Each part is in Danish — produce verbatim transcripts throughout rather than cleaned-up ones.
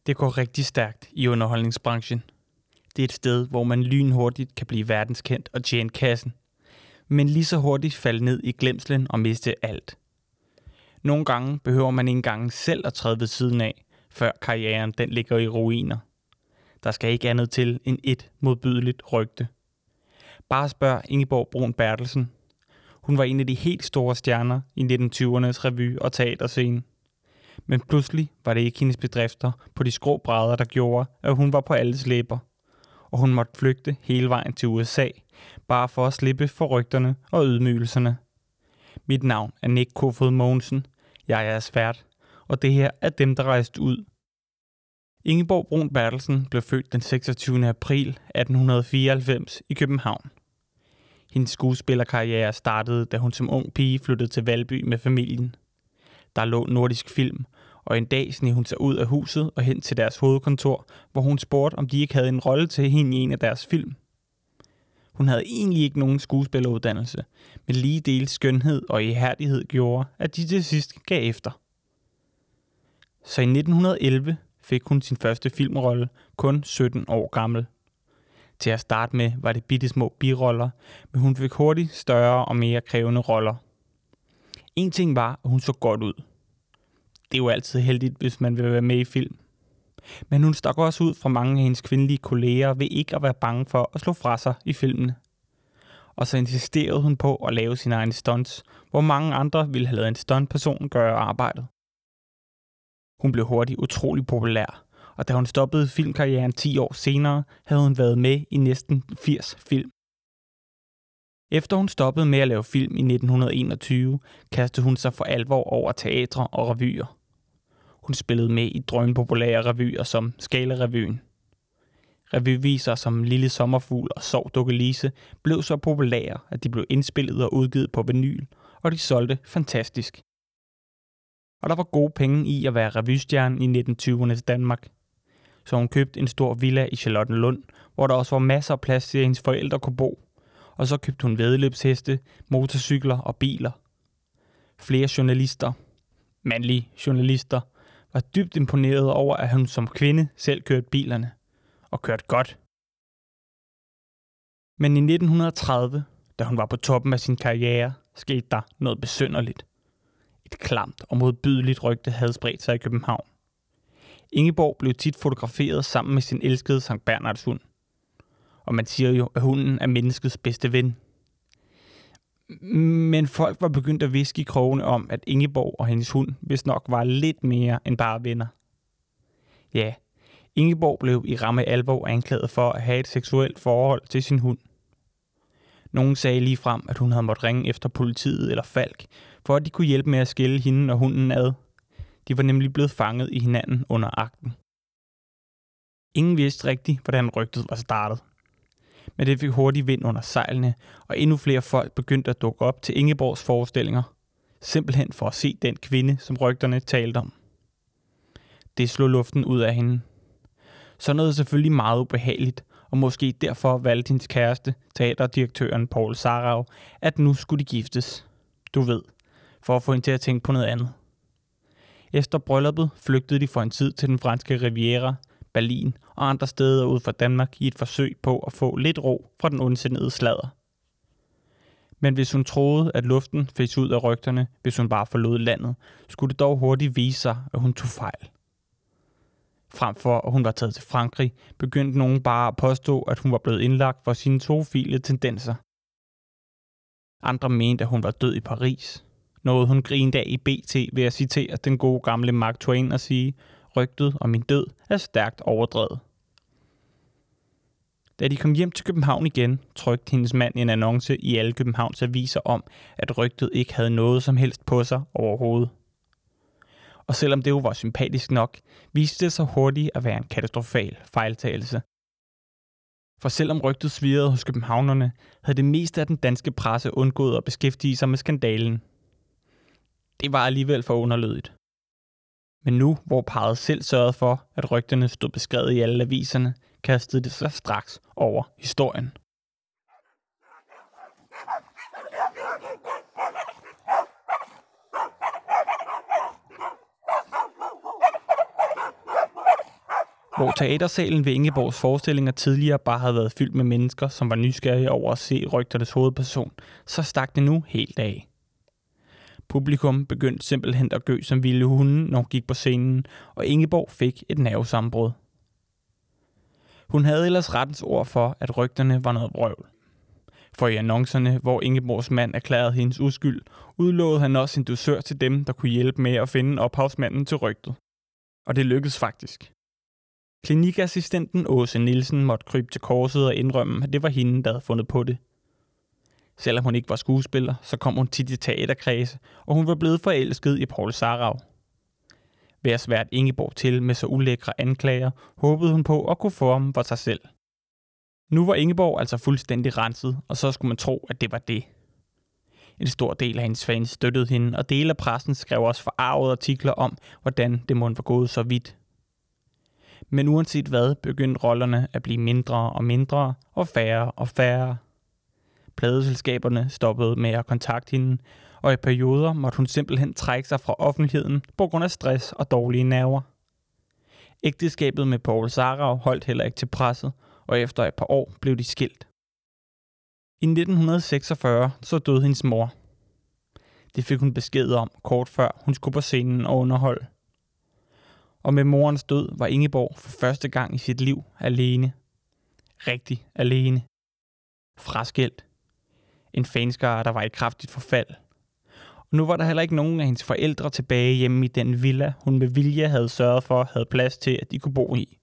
Det går rigtig stærkt i underholdningsbranchen. Det er et sted, hvor man lynhurtigt kan blive verdenskendt og tjene kassen, men lige så hurtigt falde ned i glemslen og miste alt. Nogle gange behøver man ikke engang selv at træde ved siden af, før karrieren den ligger i ruiner. Der skal ikke andet til end et modbydeligt rygte. Bare spørg Ingeborg Bruun Bertelsen. Hun var en af de helt store stjerner i nitten tyvernes revy- og teaterscene. Men pludselig var det ikke hendes bedrifter på de skrå brædder, der gjorde, at hun var på alles læber. Og hun måtte flygte hele vejen til U S A, bare for at slippe for rygterne og ydmygelserne. Mit navn er Nick Kofod Mogensen. Jeg er svært, og det her er dem, der rejste ud. Ingeborg Bruun Bertelsen blev født den seksogtyvende april atten fireoghalvfems i København. Hendes skuespillerkarriere startede, da hun som ung pige flyttede til Valby med familien. Der lå Nordisk Film, og en dag sneg hun sig ud af huset og hen til deres hovedkontor, hvor hun spurgte, om de ikke havde en rolle til hende i en af deres film. Hun havde egentlig ikke nogen skuespilleruddannelse, men lige del skønhed og ihærdighed gjorde, at de til sidst gav efter. Så i nitten elleve fik hun sin første filmrolle, kun sytten år gammel. Til at starte med var det bittesmå biroller, men hun fik hurtigt større og mere krævende roller. En ting var, at hun så godt ud. Det er jo altid heldigt, hvis man vil være med i film. Men hun stak også ud fra mange af hendes kvindelige kolleger ved ikke at være bange for at slå fra sig i filmene. Og så insisterede hun på at lave sine egne stunts, hvor mange andre ville have lavet en stuntperson gøre arbejdet. Hun blev hurtigt utrolig populær, og da hun stoppede filmkarrieren ti år senere, havde hun været med i næsten firs film. Efter hun stoppede med at lave film i nitten enogtyve, kastede hun sig for alvor over teatre og revyer. Hun spillede med i drønpopulære revyer som Scala-revyen. Revyviser som Lille Sommerfugl og Sov Dukke Lise blev så populære, at de blev indspillet og udgivet på vinyl, og de solgte fantastisk. Og der var gode penge i at være revystjerne i nitten tyvernes Danmark. Så hun købte en stor villa i Charlottenlund, hvor der også var masser af plads til, at hendes forældre kunne bo. Og så købte hun væddeløbsheste, motorcykler og biler. Flere journalister, mandlige journalister, var dybt imponeret over, at hun som kvinde selv kørte bilerne. Og kørte godt. Men i nitten tredive, da hun var på toppen af sin karriere, skete der noget besynderligt. Et klamt og modbydeligt rygte havde spredt sig i København. Ingeborg blev tit fotograferet sammen med sin elskede Sankt Bernhards hund. Og man siger jo, at hunden er menneskets bedste ven. Men folk var begyndt at viske i krogene om, at Ingeborg og hendes hund vist nok var lidt mere end bare venner. Ja, Ingeborg blev i ramme alvor anklaget for at have et seksuelt forhold til sin hund. Nogen sagde ligefrem, at hun havde måttet ringe efter politiet eller Falk, for at de kunne hjælpe med at skille hende og hunden ad. De var nemlig blevet fanget i hinanden under akten. Ingen vidste rigtigt, hvordan rygtet var startet. Men det fik hurtigt vind under sejlene, og endnu flere folk begyndte at dukke op til Ingeborgs forestillinger. Simpelthen for at se den kvinde, som rygterne talte om. Det slog luften ud af hende. Så noget selvfølgelig meget ubehageligt, og måske derfor valgte hendes kæreste, teaterdirektøren Paul Sarau, at nu skulle de giftes. Du ved, for at få hende til at tænke på noget andet. Efter brylluppet flygtede de for en tid til den franske Riviera, Berlin og andre steder ud fra Danmark i et forsøg på at få lidt ro fra den ondsindede sladder. Men hvis hun troede, at luften fik ud af rygterne, hvis hun bare forlod landet, skulle det dog hurtigt vise sig, at hun tog fejl. Frem for at hun var taget til Frankrig, begyndte nogen bare at påstå, at hun var blevet indlagt for sine zoofile tendenser. Andre mente, at hun var død i Paris. Noget hun grinede af i B T ved at citere den gode gamle Mark Twain og sige, rygtet om min død er stærkt overdrevet. Da de kom hjem til København igen, trykte hendes mand en annonce i alle Københavns aviser om, at rygtet ikke havde noget som helst på sig overhovedet. Og selvom det jo var sympatisk nok, viste det sig hurtigt at være en katastrofal fejltagelse. For selvom rygtet svirrede hos københavnerne, havde det meste af den danske presse undgået at beskæftige sig med skandalen. Det var alligevel for underlødigt. Men nu, hvor parret selv sørgede for, at rygterne stod beskrevet i alle aviserne, kastede det sig straks over historien. Hvor teatersalen ved Ingeborgs forestillinger tidligere bare havde været fyldt med mennesker, som var nysgerrige over at se rygternes hovedperson, så stak det nu helt af. Publikum begyndte simpelthen at gø som vilde hunde, når hun gik på scenen, og Ingeborg fik et nervesammenbrud. Hun havde ellers rettens ord for, at rygterne var noget vrøvl. For i annoncerne, hvor Ingeborgs mand erklærede hendes uskyld, udlovede han også en dusør til dem, der kunne hjælpe med at finde ophavsmanden til rygtet. Og det lykkedes faktisk. Klinikassistenten Åse Nielsen måtte krybe til korset og indrømme, at det var hende, der havde fundet på det. Selvom hun ikke var skuespiller, så kom hun tit i teaterkredse, og hun var blevet forelsket i Poul Sarauw. Ved at svært Ingeborg til med så ulækre anklager, håbede hun på at kunne få ham for sig selv. Nu var Ingeborg altså fuldstændig renset, og så skulle man tro, at det var det. En stor del af hendes fans støttede hende, og dele af pressen skrev også forarvede artikler om, hvordan det måtte være gået så vidt. Men uanset hvad, begyndte rollerne at blive mindre og mindre, og færre og færre. Pladeselskaberne stoppede med at kontakte hende, og i perioder måtte hun simpelthen trække sig fra offentligheden på grund af stress og dårlige nerver. Ægteskabet med Poul Sarauw holdt heller ikke til presset, og efter et par år blev de skilt. I nitten seksogfyrre så døde hendes mor. Det fik hun besked om kort før hun skulle på scenen og underholde. Og med morens død var Ingeborg for første gang i sit liv alene. Rigtig alene. Fraskilt. En fanskare, der var i kraftigt forfald. Og nu var der heller ikke nogen af hendes forældre tilbage hjemme i den villa, hun med vilje havde sørget for, havde plads til, at de kunne bo i.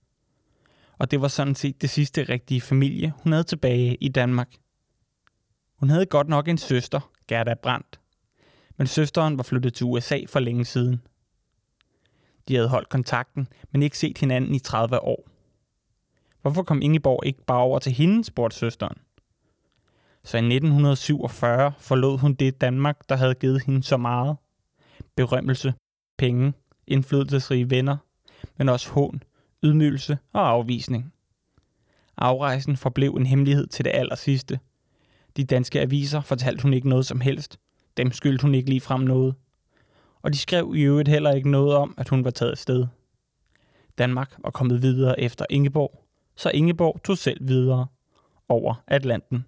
Og det var sådan set det sidste rigtige familie, hun havde tilbage i Danmark. Hun havde godt nok en søster, Gerda Brandt. Men søsteren var flyttet til U S A for længe siden. De havde holdt kontakten, men ikke set hinanden i tredive år. Hvorfor kom Ingeborg ikke bare over til hende, spurgte søsteren. Så i nitten syvogfyrre forlod hun det Danmark, der havde givet hende så meget. Berømmelse, penge, indflydelsesrige venner, men også hån, ydmygelse og afvisning. Afrejsen forblev en hemmelighed til det allersidste. De danske aviser fortalte hun ikke noget som helst. Dem skyldte hun ikke ligefrem noget. Og de skrev i øvrigt heller ikke noget om, at hun var taget afsted. Danmark var kommet videre efter Ingeborg, så Ingeborg tog selv videre over Atlanten.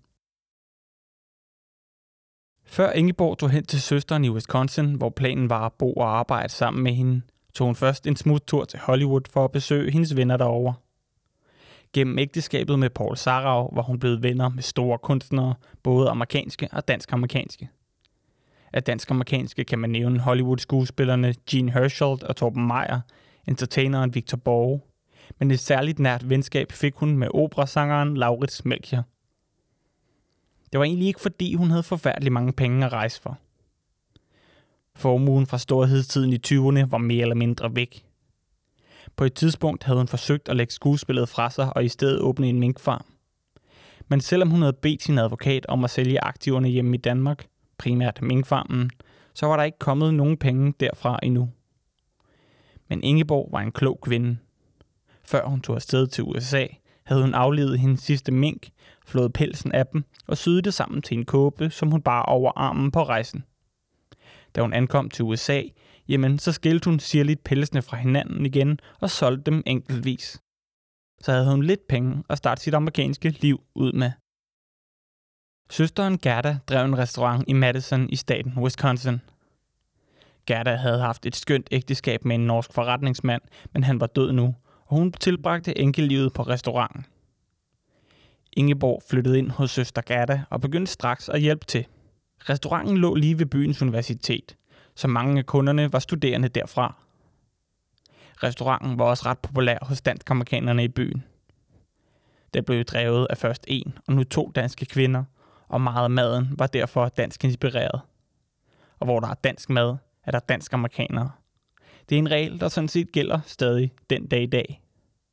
Før Ingeborg tog hen til søsteren i Wisconsin, hvor planen var at bo og arbejde sammen med hende, tog hun først en smuttur til Hollywood for at besøge hendes venner derovre. Gennem ægteskabet med Poul Sarauw var hun blevet venner med store kunstnere, både amerikanske og dansk-amerikanske. Af dansk-amerikanske kan man nævne Hollywood-skuespillerne Jean Hersholt og Torben Meyer, entertaineren Victor Borge, men et særligt nært venskab fik hun med operasangeren Laurits Melchior. Det var egentlig ikke fordi, hun havde forfærdeligt mange penge at rejse for. Formuen fra storhedstiden i tyverne var mere eller mindre væk. På et tidspunkt havde hun forsøgt at lægge skuespillet fra sig og i stedet åbne en minkfarm. Men selvom hun havde bedt sin advokat om at sælge aktiverne hjemme i Danmark, primært minkfarmen, så var der ikke kommet nogen penge derfra endnu. Men Ingeborg var en klog kvinde. Før hun tog afsted til U S A, havde hun aflevet hendes sidste mink, flået pelsen af dem og syet det sammen til en kåbe, som hun bar over armen på rejsen. Da hun ankom til U S A, jamen så skilte hun sirligt pelsene fra hinanden igen og solgte dem enkeltvis. Så havde hun lidt penge at starte sit amerikanske liv ud med. Søsteren Gerda drev en restaurant i Madison i staten Wisconsin. Gerda havde haft et skønt ægteskab med en norsk forretningsmand, men han var død nu, og hun tilbragte enkeltlivet på restauranten. Ingeborg flyttede ind hos søster Gerda og begyndte straks at hjælpe til. Restauranten lå lige ved byens universitet, så mange af kunderne var studerende derfra. Restauranten var også ret populær hos dansk-amerikanerne i byen. Det blev drevet af først en og nu to danske kvinder, og meget af maden var derfor dansk inspireret. Og hvor der er dansk mad, er der dansk-amerikanere. Det er en regel, der sådan set gælder stadig den dag i dag.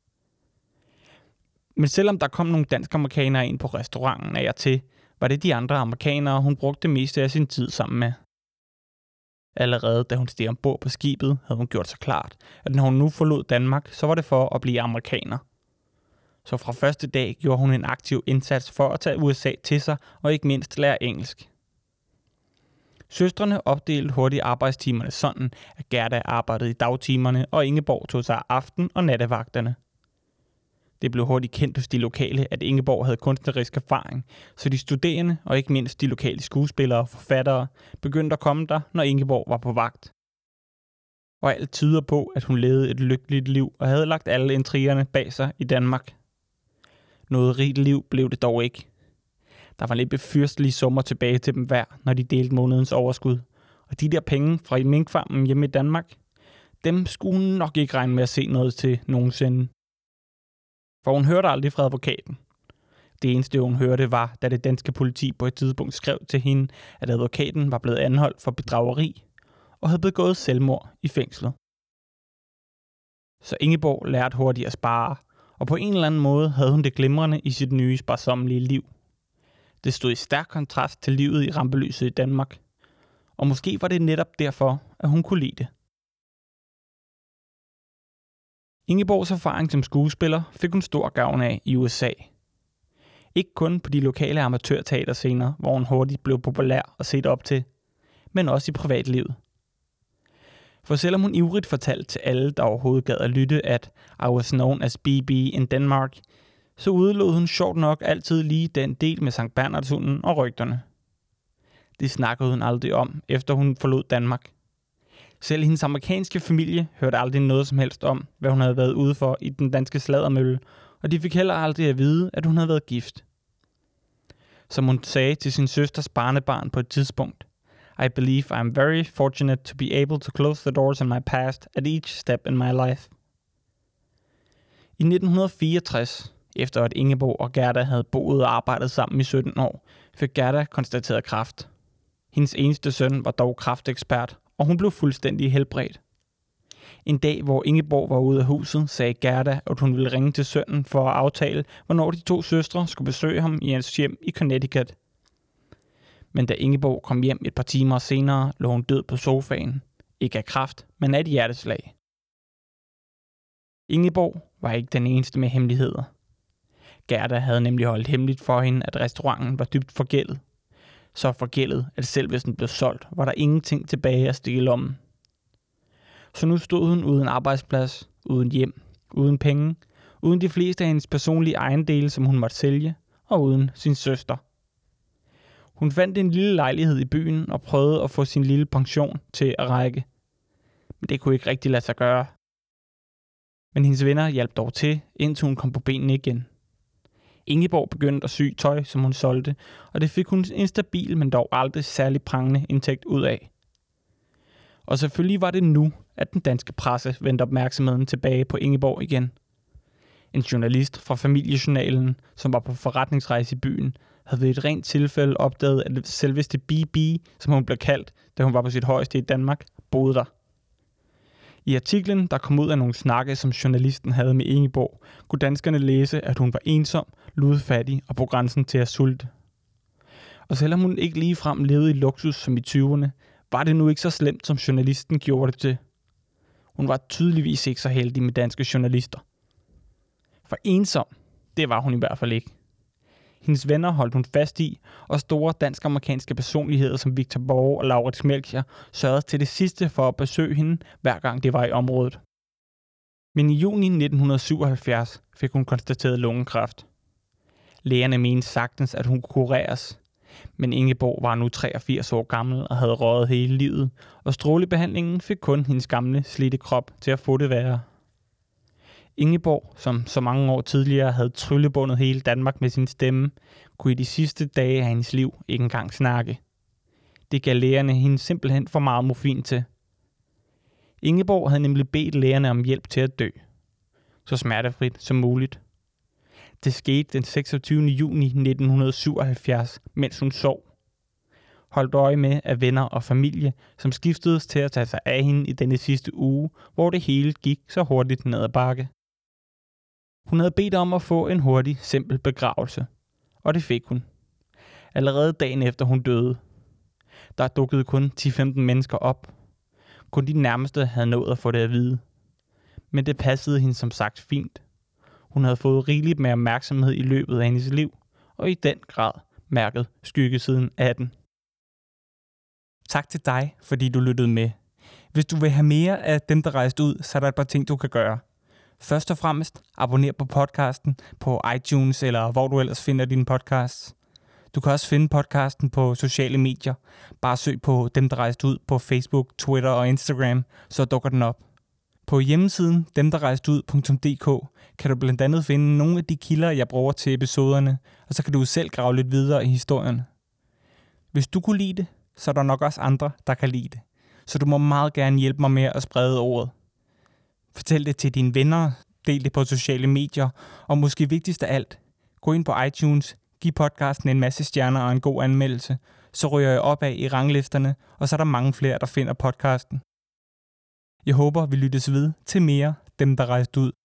Men selvom der kom nogle dansk-amerikanere ind på restauranten af og til, var det de andre amerikanere, hun brugte det meste af sin tid sammen med. Allerede da hun steg ombord på skibet, havde hun gjort sig klart, at når hun nu forlod Danmark, så var det for at blive amerikaner. Så fra første dag gjorde hun en aktiv indsats for at tage U S A til sig og ikke mindst lære engelsk. Søstrene opdelte hurtigt arbejdstimerne sådan, at Gerda arbejdede i dagtimerne, og Ingeborg tog sig af aften- og nattevagterne. Det blev hurtigt kendt hos de lokale, at Ingeborg havde kunstnerisk erfaring, så de studerende, og ikke mindst de lokale skuespillere og forfattere, begyndte at komme der, når Ingeborg var på vagt. Og alt tyder på, at hun levede et lykkeligt liv og havde lagt alle intrigerne bag sig i Danmark. Noget rigt liv blev det dog ikke. Der var lidt fyrstelige summer tilbage til dem hver, når de delte månedens overskud. Og de der penge fra minkfarmen hjemme i Danmark, dem skulle hun nok ikke regne med at se noget til nogensinde. For hun hørte aldrig fra advokaten. Det eneste, hun hørte, var, da det danske politi på et tidspunkt skrev til hende, at advokaten var blevet anholdt for bedrageri og havde begået selvmord i fængslet. Så Ingeborg lærte hurtigt at spare, og på en eller anden måde havde hun det glimrende i sit nye sparsommelige liv. Det stod i stærk kontrast til livet i rampelyset i Danmark, og måske var det netop derfor, at hun kunne lide det. Ingeborgs erfaring som skuespiller fik hun stor gavn af i U S A. Ikke kun på de lokale amatørteaterscener, hvor hun hurtigt blev populær og set op til, men også i privatlivet. For selvom hun ivrigt fortalte til alle, der overhovedet gad at lytte, at I was known as B B in Denmark, så udelod hun sjovt nok altid lige den del med Sankt Bernhardshunden og rygterne. Det snakkede hun aldrig om, efter hun forlod Danmark. Selv hendes amerikanske familie hørte aldrig noget som helst om, hvad hun havde været ude for i den danske sladdermølle, og de fik heller aldrig at vide, at hun havde været gift. Som hun sagde til sin søsters barnebarn på et tidspunkt, I believe I am very fortunate to be able to close the doors in my past at each step in my life. I nitten fireogtres, efter at Ingeborg og Gerda havde boet og arbejdet sammen i sytten år, fik Gerda konstateret kræft. Hendes eneste søn var dog kræftekspert, og hun blev fuldstændig helbredt. En dag, hvor Ingeborg var ude af huset, sagde Gerda, at hun ville ringe til sønnen for at aftale, hvornår de to søstre skulle besøge ham i hans hjem i Connecticut. Men da Ingeborg kom hjem et par timer senere, lå hun død på sofaen. Ikke af kræft, men af et hjerteslag. Ingeborg var ikke den eneste med hemmeligheder. Gerda havde nemlig holdt hemmeligt for hende, at restauranten var dybt forgældet. Så forgældet, at selv hvis den blev solgt, var der ingenting tilbage at stikke i lommen. Så nu stod hun uden arbejdsplads, uden hjem, uden penge, uden de fleste af hendes personlige ejendele, som hun måtte sælge, og uden sin søster. Hun fandt en lille lejlighed i byen og prøvede at få sin lille pension til at række. Men det kunne ikke rigtig lade sig gøre. Men hendes venner hjalp dog til, indtil hun kom på benene igen. Ingeborg begyndte at sy tøj, som hun solgte, og det fik hun en stabil, men dog aldrig særlig prangende indtægt ud af. Og selvfølgelig var det nu, at den danske presse vendte opmærksomheden tilbage på Ingeborg igen. En journalist fra Familiejournalen, som var på forretningsrejse i byen, havde ved et rent tilfælde opdaget, at selveste B B, som hun blev kaldt, da hun var på sit højeste i Danmark, boede der. I artiklen, der kom ud af nogle snakke, som journalisten havde med Ingeborg, kunne danskerne læse, at hun var ensom, ludfattig og på grænsen til at sulte. Og selvom hun ikke ligefrem levede i luksus som i tyverne, var det nu ikke så slemt, som journalisten gjorde det til. Hun var tydeligvis ikke så heldig med danske journalister. For ensom, det var hun i hvert fald ikke. Hendes venner holdt hun fast i, og store dansk-amerikanske personligheder som Victor Borge og Laurits Melchior sørgede til det sidste for at besøge hende, hver gang det var i området. Men i juni nitten syvoghalvfjerds fik hun konstateret lungekræft. Lægerne mente sagtens, at hun kunne kureres, men Ingeborg var nu treogfirs år gammel og havde røget hele livet, og strålebehandlingen fik kun hendes gamle, slidte krop til at få det værre. Ingeborg, som så mange år tidligere havde tryllebundet hele Danmark med sin stemme, kunne i de sidste dage af hendes liv ikke engang snakke. Det gav lægerne hende simpelthen for meget morfin til. Ingeborg havde nemlig bedt lægerne om hjælp til at dø. Så smertefrit som muligt. Det skete den seksogtyvende juni nitten syvoghalvfjerds, mens hun sov. Holdt øje med af venner og familie, som skiftedes til at tage sig af hende i denne sidste uge, hvor det hele gik så hurtigt ned ad bakke. Hun havde bedt om at få en hurtig, simpel begravelse, og det fik hun. Allerede dagen efter hun døde. Der dukkede kun ti til femten mennesker op. Kun de nærmeste havde nået at få det at vide. Men det passede hende som sagt fint. Hun havde fået rigeligt med opmærksomhed i løbet af hendes liv, og i den grad mærket skyggesiden af den. Tak til dig, fordi du lyttede med. Hvis du vil have mere af Dem, der rejste ud, så er der et par ting, du kan gøre. Først og fremmest, abonner på podcasten på iTunes eller hvor du ellers finder dine podcasts. Du kan også finde podcasten på sociale medier. Bare søg på Dem, der rejste ud på Facebook, Twitter og Instagram, så dukker den op. På hjemmesiden dem der rejste ud punktum d k kan du blandt andet finde nogle af de kilder, jeg bruger til episoderne, og så kan du selv grave lidt videre i historien. Hvis du kunne lide det, så er der nok også andre, der kan lide det. Så du må meget gerne hjælpe mig med at sprede ordet. Fortæl det til dine venner, del det på sociale medier, og måske vigtigst af alt, gå ind på iTunes, giv podcasten en masse stjerner og en god anmeldelse, så ryger jeg opad i ranglisterne, og så er der mange flere, der finder podcasten. Jeg håber, vi lyttes ved til mere Dem, der rejste ud.